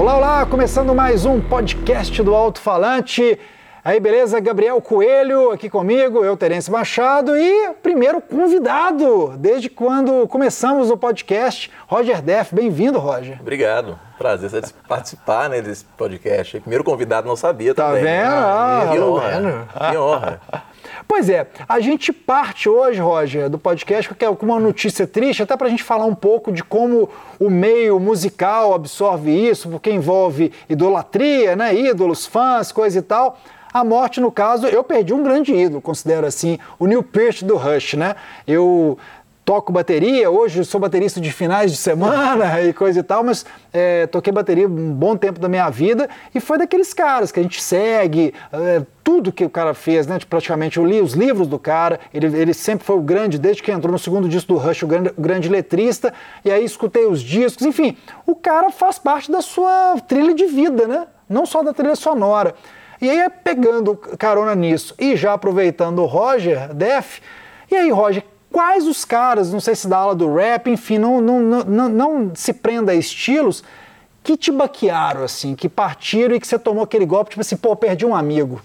Olá, olá! Começando mais um podcast do Alto Falante. Aí, beleza? Gabriel Coelho aqui comigo, eu, Terence Machado, e primeiro convidado, desde quando começamos o podcast, Roger Deff. Bem-vindo, Roger. Obrigado. Prazer participar, né, desse podcast. Primeiro convidado não sabia também. Tá vendo? Que honra. Que honra. Pois é, a gente parte hoje, Roger, do podcast com uma notícia triste, até para a gente falar um pouco de como o meio musical absorve isso, porque envolve idolatria, né, ídolos, fãs, coisa e tal. A morte, no caso, eu perdi um grande ídolo, considero assim, o Neil Peart do Rush, né? Eu toco bateria, hoje sou baterista de finais de semana e coisa e tal, mas toquei bateria um bom tempo da minha vida e foi daqueles caras que a gente segue, tudo que o cara fez, né? Praticamente eu li os livros do cara, ele sempre foi o grande, desde que entrou no segundo disco do Rush, o grande letrista, e aí escutei os discos, enfim, o cara faz parte da sua trilha de vida, né? Não só da trilha sonora. E aí, pegando carona nisso e já aproveitando o Roger Deff, e aí, Roger, quais os caras, não sei se da ala do rap, enfim, não se prenda a estilos, que te baquearam, assim, que partiram e que você tomou aquele golpe, tipo assim, pô, perdi um amigo.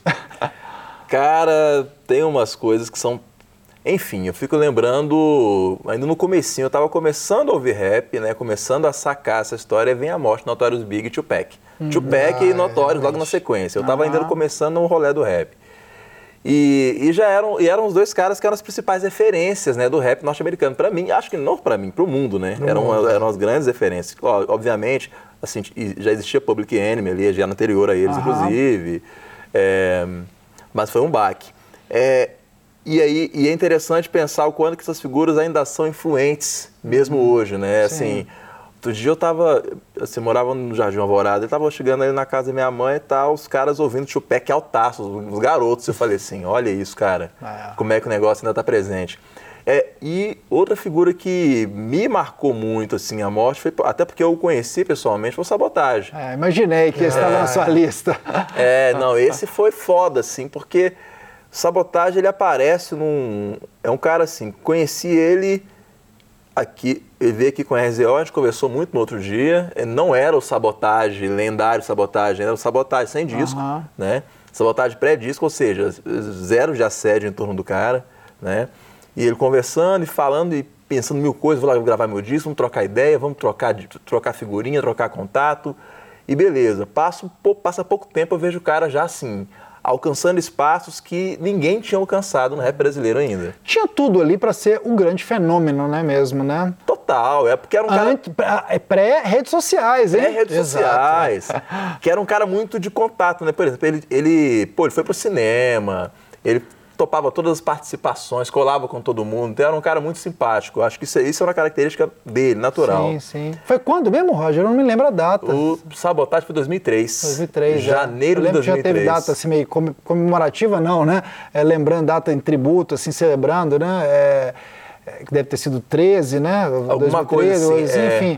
Cara, tem umas coisas que são... Enfim, eu fico lembrando, ainda no comecinho, eu tava começando a ouvir rap, né, começando a sacar essa história, e vem a morte, Notorious Big e Tupac. Tupac e Notorious logo na sequência. Eu tava ainda começando no rolê do rap. E eram os dois caras que eram as principais referências, né, do rap norte-americano. Pra mim, acho que não pra mim, pro mundo, né? Eram as grandes referências. Obviamente, assim, já existia Public Enemy ali, já anterior a eles, inclusive. Mas foi um baque. E é interessante pensar o quanto que essas figuras ainda são influentes, mesmo hoje, né? Assim, outro dia eu morava no Jardim Alvorada, eu tava chegando ali na casa da minha mãe e tal, os caras ouvindo Tupac altaços, os garotos. Eu falei assim, olha isso, cara, como é que o negócio ainda tá presente. E outra figura que me marcou muito, assim, a morte, foi, até porque eu o conheci pessoalmente, foi o Sabotagem. Imaginei que esse estava na sua lista. Não, esse foi foda, assim, porque Sabotagem, ele aparece é um cara assim, conheci ele aqui, ele veio aqui com a RZO, a gente conversou muito no outro dia, não era o Sabotagem, lendário Sabotagem, era o Sabotagem sem disco, né? Sabotagem pré-disco, ou seja, zero de assédio em torno do cara, né? E ele conversando e falando e pensando mil coisas, vou lá gravar meu disco, vamos trocar ideia, vamos trocar figurinha, trocar contato, e beleza. Passa pouco tempo, eu vejo o cara já assim, alcançando espaços que ninguém tinha alcançado no rap brasileiro ainda. Tinha tudo ali para ser um grande fenômeno, não é mesmo, né? Total, porque era um cara... Pré-redes sociais, hein? Pré-redes sociais, que era um cara muito de contato, né? Por exemplo, ele foi pro cinema, ele topava todas as participações, colava com todo mundo, então era um cara muito simpático. Acho que isso é uma característica dele, natural. Sim. Foi quando mesmo, Roger? Eu não me lembro a data. O Sabotagem foi 2003. 2003, janeiro de 2003. Já teve data assim meio comemorativa, não, né? Lembrando data em tributo, assim, celebrando, né? Que deve ter sido 13, né? Alguma 2013, coisa assim, enfim.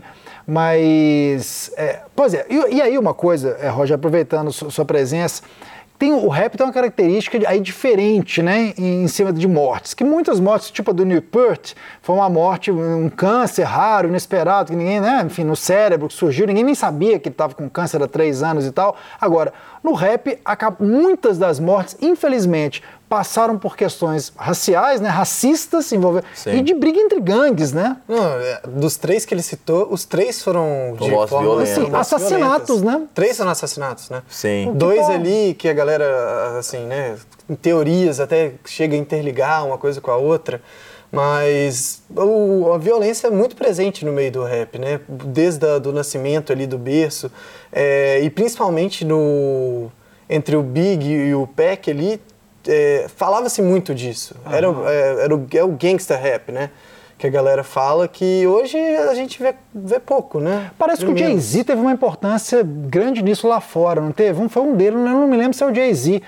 Mas, pois é, e aí uma coisa, Roger, aproveitando sua presença, o rap tem uma característica aí diferente, né, em cima de mortes, que muitas mortes, tipo a do Neil Peart, foi uma morte, um câncer raro, inesperado, que ninguém, né, enfim, no cérebro que surgiu, ninguém nem sabia que ele estava com câncer há 3 anos e tal. Agora, no rap, muitas das mortes, infelizmente, passaram por questões raciais, né, racistas, e de briga entre gangues, né? Dos 3 que ele citou, os 3 foram de forma assim, assassinatos, né? 3 foram assassinatos, né? Sim. 2 ali que a galera, assim, né, em teorias até chega a interligar uma coisa com a outra, mas a violência é muito presente no meio do rap, né? Desde do nascimento ali do berço, e principalmente entre o Big e o Pac ali, falava-se muito disso. Era o gangster rap, né? Que a galera fala, que hoje a gente vê pouco, né? Parece que o Jay-Z teve uma importância grande nisso lá fora, não teve? Foi um deles, eu não me lembro se é o Jay-Z,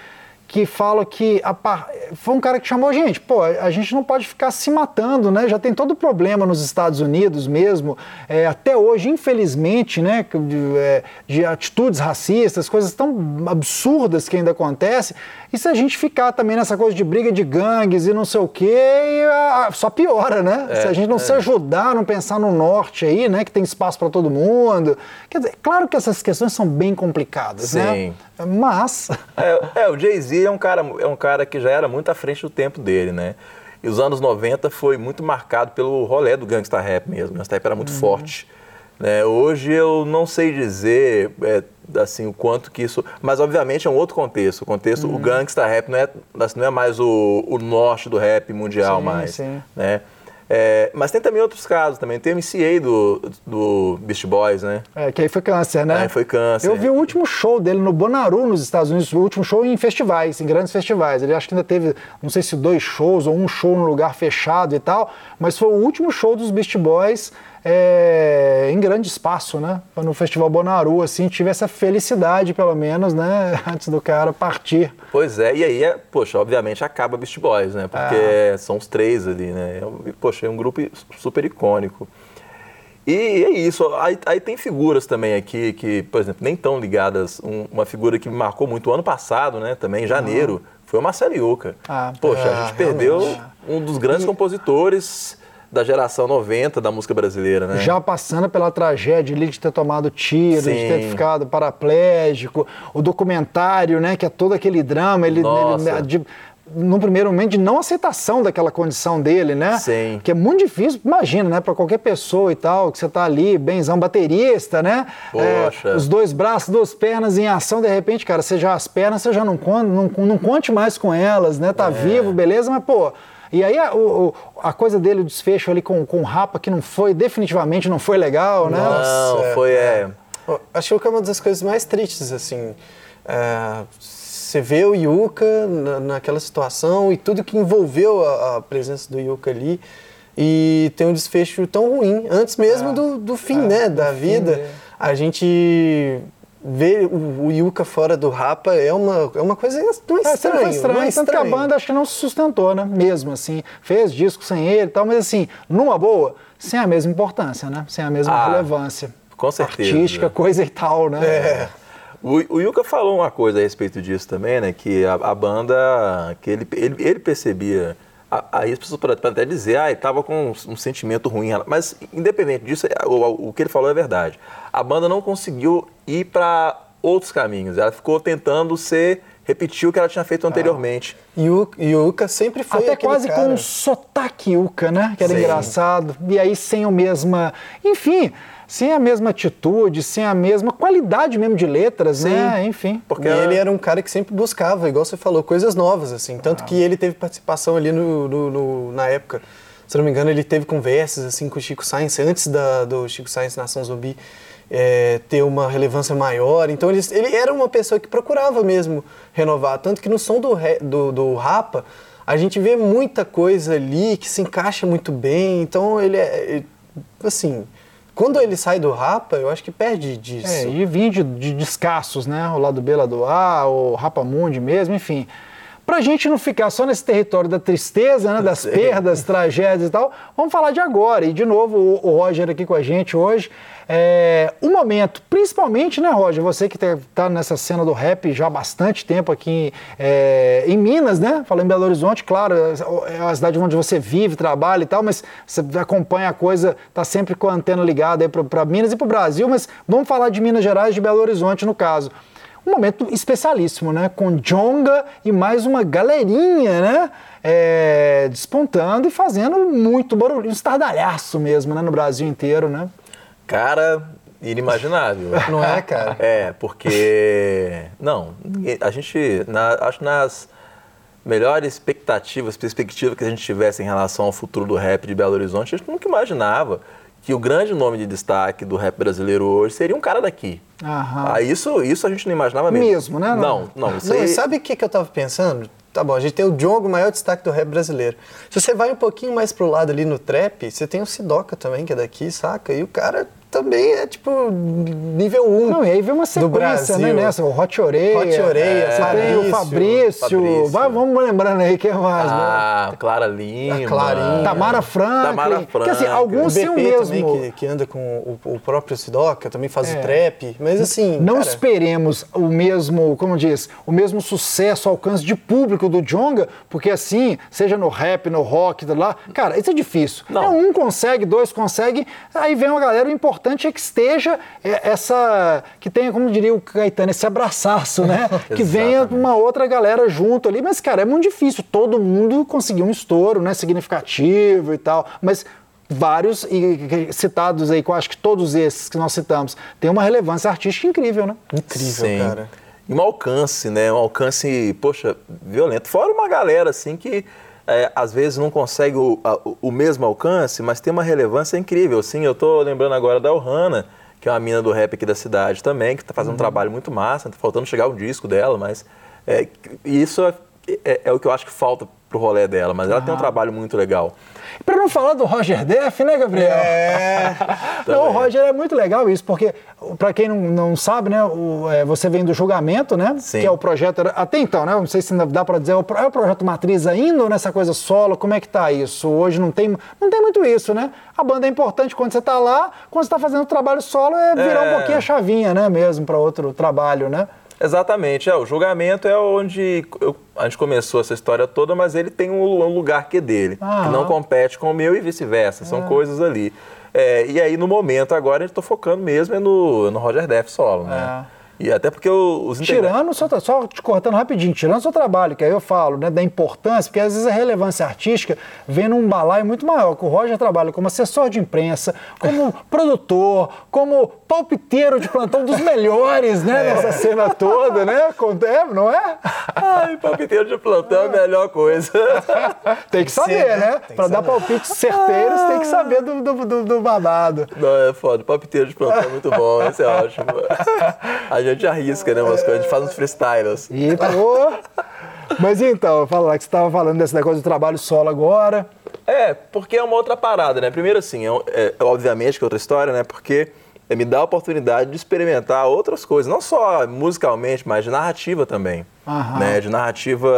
que fala que foi um cara que chamou a gente. Pô, a gente não pode ficar se matando, né? Já tem todo o problema nos Estados Unidos mesmo, até hoje, infelizmente, né? De atitudes racistas, coisas tão absurdas que ainda acontecem. E se a gente ficar também nessa coisa de briga de gangues e não sei o quê, só piora, né? Se a gente não se ajudar, não pensar no norte aí, né? Que tem espaço para todo mundo. Quer dizer, claro que essas questões são bem complicadas, né? Mas... o Jay-Z é um cara que já era muito à frente do tempo dele, né? E os anos 90 foi muito marcado pelo rolê do gangsta rap mesmo. O gangsta rap era muito forte. Né? Hoje eu não sei dizer assim, o quanto que isso... Mas, obviamente, é um outro contexto. O gangsta rap não é mais o norte do rap mundial mais. Sim. Né? Mas tem também outros casos também. Tem o MCA do Beast Boys, né? Que aí foi câncer, né? Foi câncer. Eu vi o último show dele no Bonnaroo, nos Estados Unidos, o último show em festivais, em grandes festivais. Ele acho que ainda teve, não sei se 2 shows ou um show num lugar fechado e tal, mas foi o último show dos Beast Boys em grande espaço, né? Foi no Festival Bonnaroo, assim, tive essa felicidade, pelo menos, né? Antes do cara partir. Pois é, e aí, obviamente acaba Beast Boys, né? Porque são os 3 ali, né? É um grupo super icônico. E é isso, aí tem figuras também aqui que, por exemplo, nem tão ligadas. Uma figura que me marcou muito o ano passado, né? Também em janeiro, foi o Marcelo Yuca. A gente perdeu um dos grandes compositores da geração 90 da música brasileira, né? Já passando pela tragédia ali de ter tomado tiro, de ter ficado paraplégico, o documentário, né, que é todo aquele drama, no primeiro momento, de não aceitação daquela condição dele, né? Sim. Que é muito difícil, imagina, né, para qualquer pessoa e tal, que você tá ali, benzão, baterista, né? Poxa. Os 2 braços, 2 pernas em ação, de repente, cara, as pernas você já não conte mais com elas, né? Tá vivo, beleza, mas, pô... E aí a coisa dele, o desfecho ali com o Rapa, que definitivamente não foi legal, né? Acho que é uma das coisas mais tristes, assim. Você vê o Yuca naquela situação e tudo que envolveu a presença do Yuca ali, e tem um desfecho tão ruim, antes mesmo do fim, né, da vida. A gente... Ver o Yuca fora do Rapa é uma coisa estranha. Tanto que a banda acho que não se sustentou, né? Mesmo assim, fez disco sem ele e tal, mas assim, numa boa, sem a mesma importância, né? Sem a mesma relevância. Com certeza. Artística, coisa e tal, né? O Yuca falou uma coisa a respeito disso também, né? Que a banda, que ele percebia... Aí as pessoas podem até dizer, ele estava com um sentimento ruim, mas independente disso, o que ele falou é verdade. A banda não conseguiu ir para outros caminhos, ela ficou tentando repetir o que ela tinha feito anteriormente. E o Yuca sempre foi até quase cara. Com um sotaque Yuca, né? Que era engraçado, e aí sem a mesma... Enfim... Sem a mesma atitude, sem a mesma qualidade mesmo de letras, né? Enfim. Porque ele era um cara que sempre buscava, igual você falou, coisas novas, assim. Tanto que ele teve participação ali na época. Se não me engano, ele teve conversas, assim, com o Chico Science, antes do Chico Science Nação Zumbi ter uma relevância maior. Então, ele era uma pessoa que procurava mesmo renovar. Tanto que no som do Rapa, a gente vê muita coisa ali que se encaixa muito bem. Então, ele assim... Quando ele sai do Rapa, eu acho que perde disso. E vinha de descassos, né? O lado B, lado A, o Rapa Mundi mesmo, enfim. Pra gente não ficar só nesse território da tristeza, né? Das perdas, tragédias e tal, vamos falar de agora. E, de novo, o Roger aqui com a gente hoje. Um momento, principalmente, né, Roger? Você que tá nessa cena do rap já há bastante tempo aqui em Minas, né? Falando em Belo Horizonte, claro, é a cidade onde você vive, trabalha e tal, mas você acompanha a coisa, tá sempre com a antena ligada aí para Minas e para o Brasil, mas vamos falar de Minas Gerais, de Belo Horizonte, no caso. Um momento especialíssimo, né? Com Djonga e mais uma galerinha, né? Despontando e fazendo muito barulho, um estardalhaço mesmo, né? No Brasil inteiro, né? Cara, inimaginável. Não é, cara? Porque... Não, a gente... acho que nas melhores perspectivas que a gente tivesse em relação ao futuro do rap de Belo Horizonte, a gente nunca imaginava que o grande nome de destaque do rap brasileiro hoje seria um cara daqui. Isso a gente não imaginava mesmo. Mesmo, né? Não. Isso aí... Sabe o que eu tava pensando? Tá bom, a gente tem o Djonga, o maior destaque do rap brasileiro. Se você vai um pouquinho mais pro lado ali no trap, você tem o Sidoca também, que é daqui, saca? E o cara também é tipo nível 1. Não, e aí vem uma sequência, né? Nessa, o Hot Oreia. Hot Oreia, você tem o Fabrício. Vamos lembrando aí quem é mais. Clara Lima. Tamara Franklin. Que assim, alguns o têm o BP mesmo. também, que anda com o próprio Sidoca, também faz o trap. Mas assim. Não esperemos o mesmo, como diz, o mesmo sucesso, alcance de público do Djonga, porque assim, seja no rap, no rock, lá, cara, isso é difícil. Um consegue, dois conseguem, aí vem uma galera, o importante é que esteja que tenha, como diria o Caetano, esse abraçaço, né? Que venha uma outra galera junto ali, mas, cara, é muito difícil todo mundo conseguir um estouro, né, significativo e tal, mas vários citados aí, que eu acho que todos esses que nós citamos, têm uma relevância artística incrível, né? Incrível, sim, cara. E um alcance, né? Um alcance, poxa, violento. Fora uma galera, assim, que às vezes não consegue o mesmo alcance, mas tem uma relevância incrível. Assim, eu tô lembrando agora da Ohana, que é uma mina do rap aqui da cidade também, que tá fazendo um trabalho muito massa, tá faltando chegar o disco dela, mas isso é o que eu acho que falta pro rolê dela, mas ela tem um trabalho muito legal. Para não falar do Roger Def, né, Gabriel? Não, o Roger é muito legal isso, porque, para quem não sabe, né, você vem do Julgamento, né? Sim. Que é o projeto, até então, né? Não sei se dá para dizer, é o projeto matriz ainda ou nessa coisa solo? Como é que tá isso? Hoje não tem muito isso, né? A banda é importante quando você tá lá, quando você tá fazendo o trabalho solo, virar um pouquinho a chavinha, né, mesmo, para outro trabalho, né? Exatamente, o Julgamento é onde a gente começou essa história toda, mas ele tem um lugar que é dele, que não compete com o meu e vice-versa, são coisas ali. E aí, no momento, agora, a gente tá focando mesmo no Roger Def solo, né? E até porque os tirando só te cortando rapidinho, tirando o seu trabalho, que aí eu falo, né, da importância, porque às vezes a relevância artística vem num balaio muito maior, que o Roger trabalha como assessor de imprensa, como produtor, como palpiteiro de plantão dos melhores, né, nessa cena toda, né, não é? Ai, palpiteiro de plantão é a melhor coisa. Tem que saber, né? Pra dar palpites certeiros, tem que saber do babado. Não, é foda, palpiteiro de plantão é muito bom, isso é ótimo. A gente arrisca, né, umas coisas, a gente faz uns freestyles. Mas então, fala lá que você estava falando desse negócio do trabalho solo agora. Porque é uma outra parada, né? Primeiro assim, obviamente que é outra história, né? Porque me dá a oportunidade de experimentar outras coisas, não só musicalmente, mas de narrativa também. Né? De narrativa,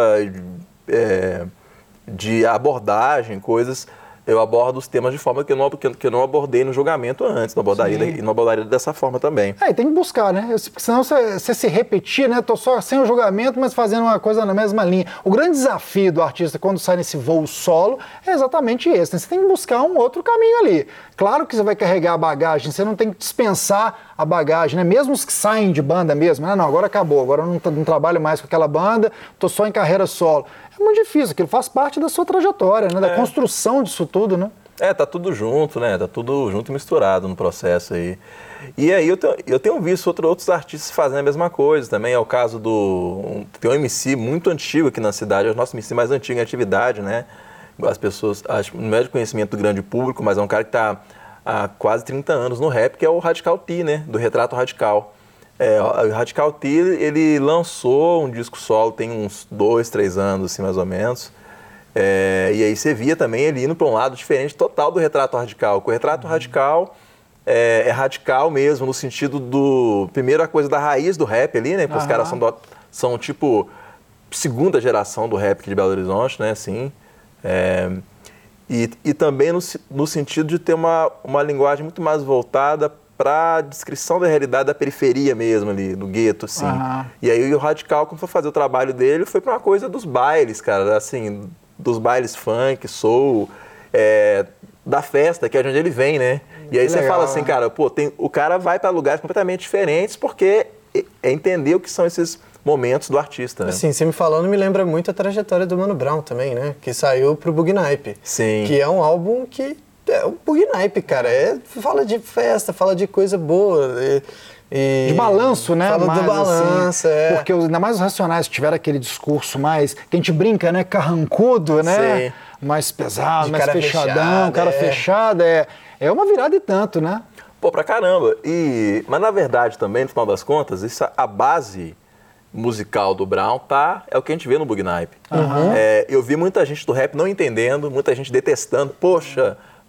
de abordagem, coisas. Eu abordo os temas de forma que eu não abordei no Julgamento antes, não abordaria dessa forma também. E tem que buscar, né? Porque senão você se repetir, né? Tô só sem o Julgamento, mas fazendo uma coisa na mesma linha. O grande desafio do artista quando sai nesse voo solo é exatamente esse, né? Você tem que buscar um outro caminho ali. Claro que você vai carregar a bagagem, você não tem que dispensar a bagagem, né? Mesmo os que saem de banda mesmo, né? Não, agora acabou, agora eu não trabalho mais com aquela banda, tô só em carreira solo. É muito difícil, aquilo faz parte da sua trajetória, né? Da construção disso tudo, né? Tá tudo junto, né? Tá tudo junto e misturado no processo aí. E aí eu tenho visto outros artistas fazendo a mesma coisa também. É o caso tem um MC muito antigo aqui na cidade, é o nosso MC mais antigo em atividade, né? As pessoas, acho que não é de conhecimento do grande público, mas é um cara que está há quase 30 anos no rap, que é o Radical T, né? Do Retrato Radical. O Radical T, ele lançou um disco solo tem uns 2, 3 anos, assim, mais ou menos. E aí você via também ele indo para um lado diferente total do Retrato Radical. O Retrato Radical é radical mesmo, no sentido do... Primeiro, a coisa da raiz do rap ali, né? Porque os caras são tipo segunda geração do rap aqui de Belo Horizonte, né? Assim, e também no sentido de ter uma linguagem muito mais voltada para a descrição da realidade da periferia mesmo ali, do gueto, assim. E aí o Radical, quando foi fazer o trabalho dele, foi para uma coisa dos bailes, cara, assim, dos bailes funk, soul, da festa, que é de onde ele vem, né? E aí você fala assim, cara, o cara vai para lugares completamente diferentes porque é entender o que são esses momentos do artista, né? Assim, você me falando me lembra muito a trajetória do Mano Brown também, né? Que saiu pro Bug Nipe. Sim. Que é um álbum que é o Bug Nipe, cara. Fala de festa, fala de coisa boa. De balanço, né? Fala do balanço, assim, porque ainda mais os Racionais tiveram aquele discurso mais, que a gente brinca, né? Carrancudo, né? Sim. Mais pesado, de mais cara fechadão, cara fechado. É uma virada e tanto, né? Pra caramba. Mas na verdade também, no final das contas, a base musical do Brown é o que a gente vê no Bug Nipe. Eu vi muita gente do rap não entendendo, muita gente detestando. Poxa,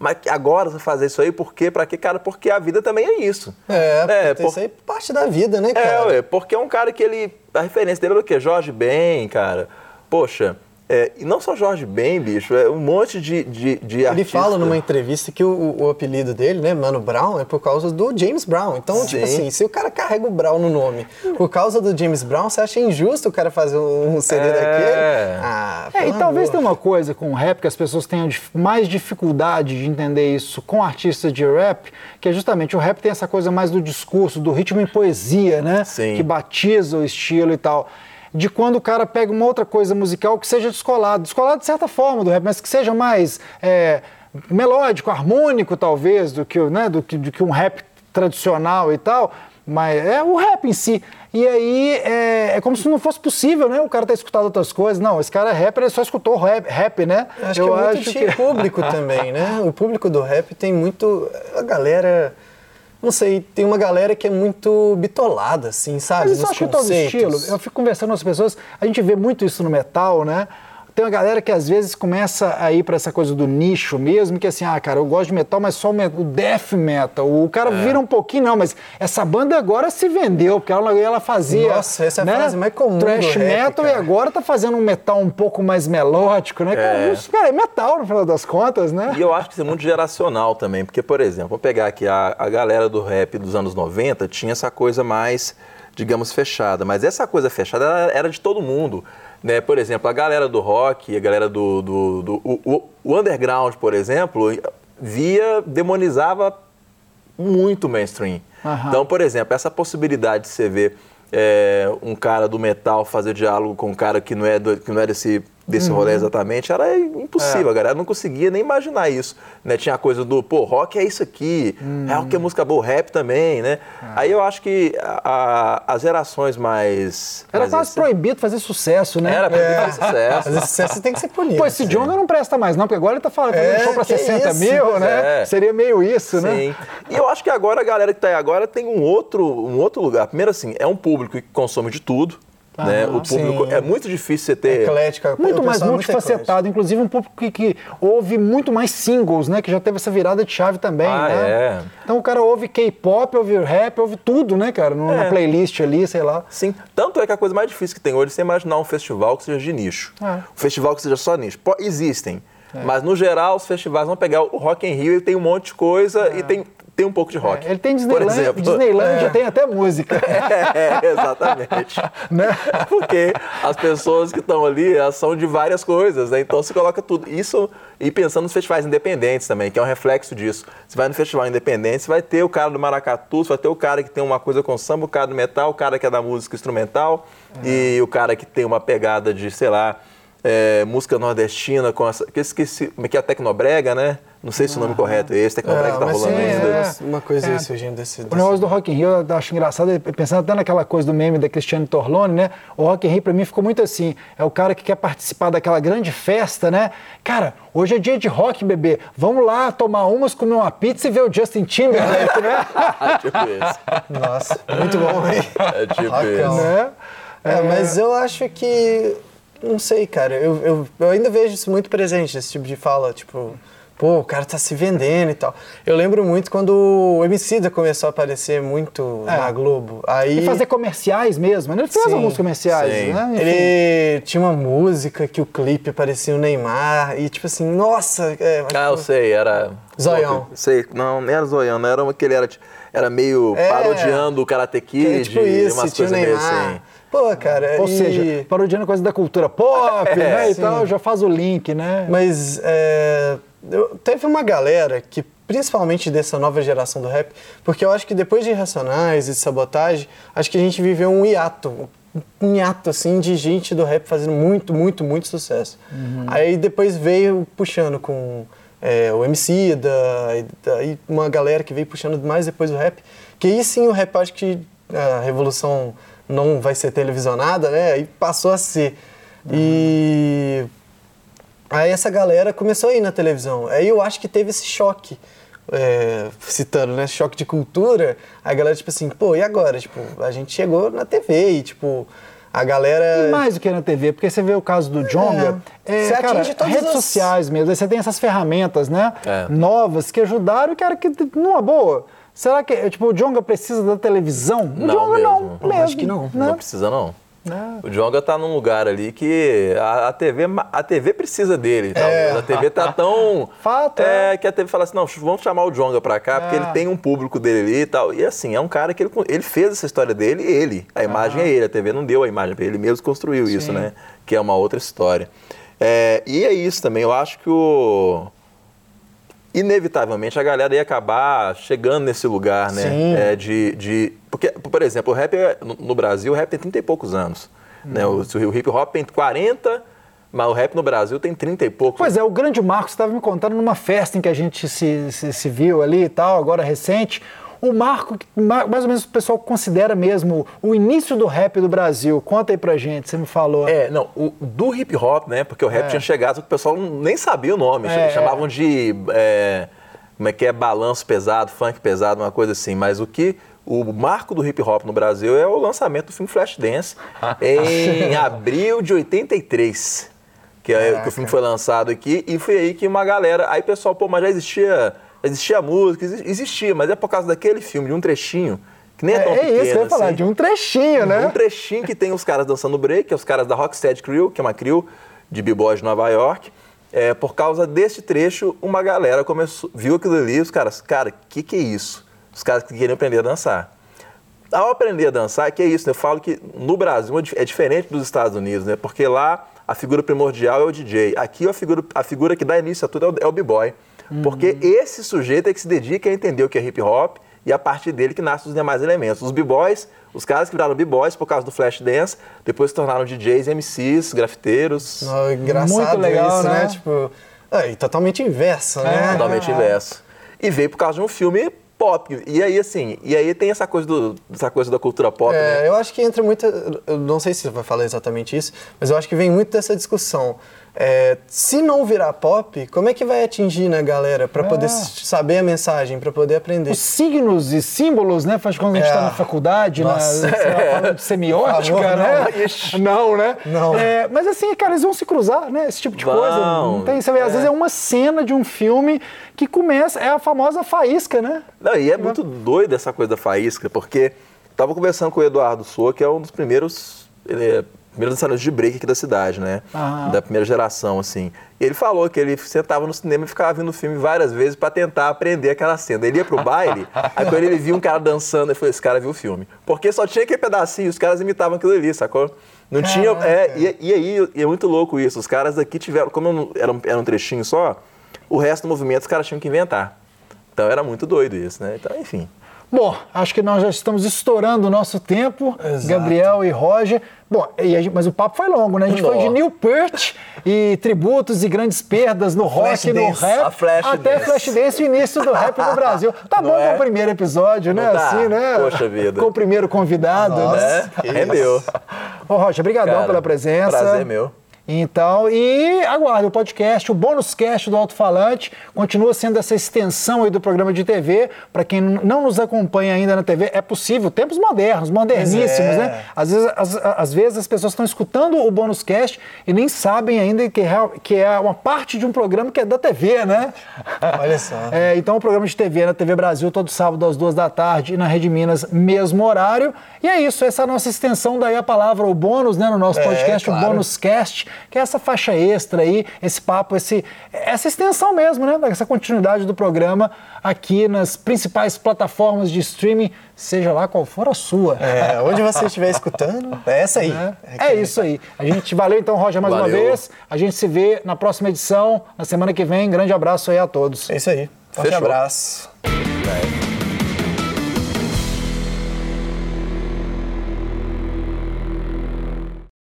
mas agora você fazer isso aí, por quê? Pra quê, cara? Porque a vida também é isso. Isso aí é parte da vida, né, cara? Porque é um cara que a referência dele é o quê? Jorge Ben, cara. Poxa... e não só Jorge Ben, bicho, é um monte de Ele artista. fala numa entrevista que o apelido dele, né, Mano Brown, é por causa do James Brown. Então, tipo assim, se o cara carrega o Brown no nome por causa do James Brown, você acha injusto o cara fazer um CD daquele? E talvez tenha uma coisa com o rap que as pessoas tenham mais dificuldade de entender isso com artistas de rap, que é justamente o rap tem essa coisa mais do discurso, do ritmo em poesia, né? Sim. Que batiza o estilo e tal. De quando o cara pega uma outra coisa musical que seja descolado de certa forma do rap, mas que seja mais melódico, harmônico talvez, do que um rap tradicional e tal, mas é o rap em si. E aí é como se não fosse possível, né? O cara ter escutado outras coisas. Não, esse cara é rapper, ele só escutou rap, né? Acho que é muito de público também, né? O público do rap tem muito... A galera... Não sei, tem uma galera que é muito bitolada, assim, sabe? Mas isso eu acho que todo estilo. Eu fico conversando com as pessoas, a gente vê muito isso no metal, né? Tem uma galera que às vezes começa a ir pra essa coisa do nicho mesmo, que assim, cara, eu gosto de metal, mas só o death metal. O cara vira um pouquinho, não, mas essa banda agora se vendeu, porque ela fazia... Nossa, essa é a frase mais comum thrash do rap, metal, cara. E agora tá fazendo um metal um pouco mais melódico, né? Cara, é metal, no final das contas, né? E eu acho que isso é muito geracional também, porque, por exemplo, vou pegar aqui a galera do rap dos anos 90, tinha essa coisa mais, digamos, fechada, mas essa coisa fechada era de todo mundo. Né? Por exemplo, a galera do rock, a galera o underground, por exemplo, demonizava muito o mainstream. Uhum. Então, por exemplo, essa possibilidade de você ver um cara do metal fazer diálogo com um cara que não é desse rolê exatamente, era impossível, a galera não conseguia nem imaginar isso, né? Tinha a coisa do, rock é isso aqui, rock é música boa, rap também, né? Aí eu acho que as gerações mais... Era quase proibido fazer sucesso, né? Era proibido fazer sucesso. Fazer sucesso tem que ser punido. Pô, esse Djonga não presta mais não, porque agora ele tá fazendo show pra 60 isso? mil, né? Seria meio isso, né? Sim. E eu acho que agora a galera que tá aí agora tem um outro lugar. Primeiro assim, é um público que consome de tudo. Né? O público é muito difícil você ter... Eclética. Muito mais multifacetado, inclusive um público que ouve muito mais singles, né? Que já teve essa virada de chave também, né? Então o cara ouve K-pop, ouve rap, ouve tudo, né, cara? Na playlist ali, sei lá. Sim, tanto é que a coisa mais difícil que tem hoje é você imaginar um festival que seja de nicho. Um festival que seja só nicho. Existem, mas no geral os festivais vão pegar o Rock in Rio, ele tem um monte de coisa e tem um pouco de rock. Ele tem por exemplo. Disneylandia tem até música. Exatamente. Né? Porque as pessoas que estão ali, elas são de várias coisas, né? Então você coloca tudo. Isso, e pensando nos festivais independentes também, que é um reflexo disso. Você vai no festival independente, você vai ter o cara do maracatu, você vai ter o cara que tem uma coisa com samba, o cara do metal, o cara que é da música instrumental, e o cara que tem uma pegada de, sei lá, música nordestina, com essa, que eu esqueci, como é que é a tecnobrega, né? Não sei se o nome correto é esse, tecnobrega tá rolando ainda. Uma coisa aí surgindo desse... O negócio do Rock in Rio, eu acho engraçado, pensando até naquela coisa do meme da Cristiane Torlone, né? O Rock in Rio pra mim ficou muito assim, é o cara que quer participar daquela grande festa, né? Cara, hoje é dia de rock, bebê, vamos lá tomar umas, comer uma pizza e ver o Justin Timberlake, né? Tipo isso. Nossa, muito bom, hein? É tipo isso. Né? Mas eu acho que... Não sei, cara, eu ainda vejo isso muito presente, esse tipo de fala, tipo... Pô, o cara tá se vendendo e tal. Eu lembro muito quando o Emicida começou a aparecer muito na Globo. Aí... E fazer comerciais mesmo, né? Ele fez alguns comerciais, né? Enfim. Ele tinha uma música que o clipe parecia o Neymar e tipo assim, nossa... eu sei, era... Zoião. Sei, não era Zoião, não era que ele era meio parodiando o Karate Kid, tipo isso, umas coisas meio assim. Pô, cara... Ou seja, parodiando coisa da cultura pop, né? E tal, já faz o link, né? Mas... teve uma galera que, principalmente dessa nova geração do rap, porque eu acho que depois de Racionais e de Sabotagem, acho que a gente viveu um hiato assim de gente do rap fazendo muito, muito, muito sucesso. Aí depois veio puxando com o Emicida, e uma galera que veio puxando mais depois do rap, que aí sim o rap, acho que a revolução não vai ser televisionada, né? Aí passou a ser. E... Aí essa galera começou a ir na televisão. Aí eu acho que teve esse choque, citando, né? Choque de cultura. Aí a galera, tipo assim, pô, e agora? Tipo, a gente chegou na TV e, tipo, A galera... E mais do que na TV, porque você vê o caso do Djonga, Você atinge todas redes as... sociais mesmo, aí você tem essas ferramentas, né, É. novas que ajudaram, cara, que numa boa. Será que, tipo, o Djonga precisa da televisão? O Não Djonga mesmo. não, Acho que não. Não precisa, não. É. O Djonga tá num lugar ali que a TV precisa dele. Talvez. A TV tá tão... Fato, que a TV fala assim, não, vamos chamar o Djonga pra cá, porque ele tem um público dele ali e tal. E assim, é um cara que ele fez essa história dele, a imagem é ele, a TV não deu a imagem pra ele, mesmo construiu isso, né? Que é uma outra história. E é isso também, eu acho que inevitavelmente a galera ia acabar chegando nesse lugar, né? Porque, por exemplo, o rap no Brasil, o rap tem 30 e poucos anos. Né? O hip hop tem 40, mas o rap no Brasil tem 30 e poucos. Pois é, o grande Marcos estava me contando numa festa em que a gente se viu ali e tal, agora recente. O Marco, mais ou menos o pessoal considera mesmo o início do rap do Brasil. Conta aí pra gente, você me falou. Do hip hop, né? Porque o rap tinha chegado, o pessoal nem sabia o nome. Chamavam de, como é que é, balanço pesado, funk pesado, uma coisa assim. Mas o marco do hip hop no Brasil é o lançamento do filme Flashdance em abril de 83. Que o filme foi lançado aqui e foi aí que uma galera... Aí o pessoal, mas já existia música, existia, mas é por causa daquele filme, de um trechinho, que nem é tão pequeno. É isso que eu ia falar, assim. de um trechinho, né? Um trechinho que tem os caras dançando break, que é os caras da Rocksteady Crew, que é uma crew de b-boys de Nova York. Por causa desse trecho, uma galera viu aquilo ali, os caras, cara, que é isso? Os caras que queriam aprender a dançar. Ao aprender a dançar, que é isso, né? Eu falo que no Brasil é diferente dos Estados Unidos, né? Porque lá a figura primordial é o DJ. Aqui a figura que dá início a tudo é o b-boy. Porque esse sujeito é que se dedica a entender o que é hip hop e a partir dele que nascem os demais elementos. Os b-boys, os caras que viraram b-boys por causa do Flashdance, depois se tornaram DJs, MCs, grafiteiros. Engraçado muito legal, isso, né? Tipo, e totalmente inverso, né? Totalmente inverso. E veio por causa de um filme pop. E aí tem essa coisa da cultura pop, né? Eu acho que entra muito... Eu não sei se você vai falar exatamente isso, mas eu acho que vem muito dessa discussão. Se não virar pop, como é que vai atingir, né, galera? Para poder saber a mensagem, para poder aprender. Os signos e símbolos, né? Faz quando a gente está na faculdade, falando de semiótica, né? Não, né? Não. Mas assim, cara, eles vão se cruzar, né? Esse tipo de coisa. Não tem, você vê, às vezes é uma cena de um filme que começa, é a famosa faísca, né? Não, e é muito doido essa coisa da faísca, porque estava conversando com o Eduardo Soa, que é um dos primeiros dançarinos de break aqui da cidade, né? Da primeira geração, assim. E ele falou que ele sentava no cinema e ficava vendo o filme várias vezes para tentar aprender aquela cena. Ele ia pro baile, aí quando ele via um cara dançando, ele falou, esse cara viu o filme. Porque só tinha aquele pedacinho, os caras imitavam aquilo ali, sacou? Não tinha... E aí é muito louco isso. Os caras aqui tiveram... Como era um trechinho só, o resto do movimento os caras tinham que inventar. Então era muito doido isso, né? Então, enfim... Bom, acho que nós já estamos estourando o nosso tempo, Exato. Gabriel e Roger. Bom, mas o papo foi longo, né? A gente foi de Neil Peart e tributos e grandes perdas no rock e no rap, até Flashdance e o início do rap no Brasil. Tá bom com o primeiro episódio, né? Tá. Assim, né? Poxa vida. Com o primeiro convidado, né? É meu. Ô, Roger, obrigadão pela presença. Prazer meu. Então, e aguarde o podcast, o bônus cast do Alto Falante, continua sendo essa extensão aí do programa de TV. Para quem não nos acompanha ainda na TV, é possível, tempos modernos, moderníssimos, né? Às vezes as pessoas estão escutando o bônus cast e nem sabem ainda que é uma parte de um programa que é da TV, né? Olha só. Então o programa de TV na TV Brasil, todo sábado às 2 da tarde e na Rede Minas, mesmo horário. E é isso, essa é a nossa extensão, daí a palavra, o bônus, né, no nosso podcast, claro. O bônus cast, que é essa faixa extra aí, esse papo, essa extensão mesmo, né? Essa continuidade do programa aqui nas principais plataformas de streaming, seja lá qual for a sua. Onde você estiver escutando, é essa aí. É isso aí. A gente valeu então, Roger, mais uma vez. A gente se vê na próxima edição, na semana que vem. Grande abraço aí a todos. É isso aí. Forte abraço.